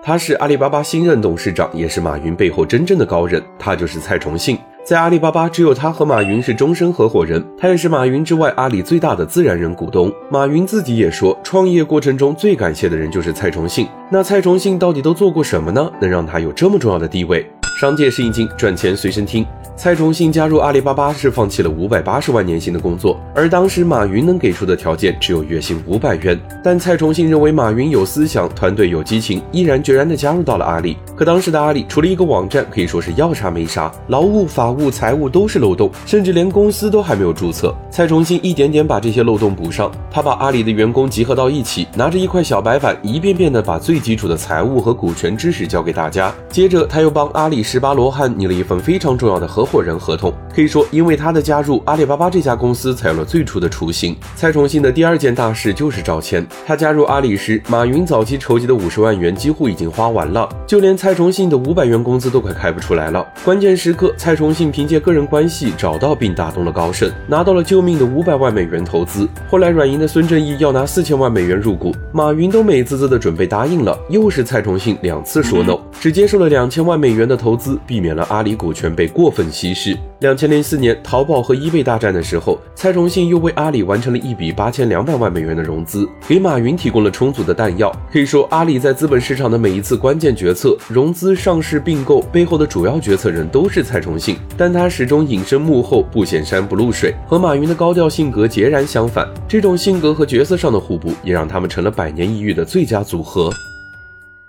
他是阿里巴巴新任董事长，也是马云背后真正的高人，他就是蔡崇信。在阿里巴巴，只有他和马云是终身合伙人，他也是马云之外阿里最大的自然人股东。马云自己也说，创业过程中最感谢的人就是蔡崇信。那蔡崇信到底都做过什么呢？能让他有这么重要的地位？商界是一经，赚钱随身听。蔡崇信加入阿里巴巴是放弃了580万年薪的工作，而当时马云能给出的条件只有月薪500元。但蔡崇信认为马云有思想，团队有激情，毅然决然地加入到了阿里。可当时的阿里除了一个网站，可以说是要啥没啥，劳务、法务、财务都是漏洞，甚至连公司都还没有注册。蔡崇信一点点把这些漏洞补上，他把阿里的员工集合到一起，拿着一块小白板，一遍遍地把最基础的财务和股权知识教给大家。接着他又帮阿里18罗汉拟了一份非常重要的合伙人合同，可以说因为他的加入，阿里巴巴这家公司才有了最初的雏形。蔡崇信的第二件大事就是招钱。他加入阿里时，马云早期筹集的50万元几乎已经花完了，就连蔡崇信的500元工资都快开不出来了。关键时刻，蔡崇信凭借个人关系找到并打动了高盛，拿到了救命的500万美元投资。后来软银的孙正义要拿4000万美元入股，马云都美滋滋的准备答应了，又是蔡崇信2次说 no， 只接受了2000万美元的投资，避免了阿里股权被过分稀释。2004年淘宝和eBay大战的时候，蔡崇信又为阿里完成了一笔8200万美元的融资，给马云提供了充足的弹药。可以说阿里在资本市场的每一次关键决策，融资、上市、并购背后的主要决策人都是蔡崇信，但他始终隐身幕后，不显山不露水，和马云的高调性格截然相反。这种性格和角色上的互补，也让他们成了百年一遇的最佳组合。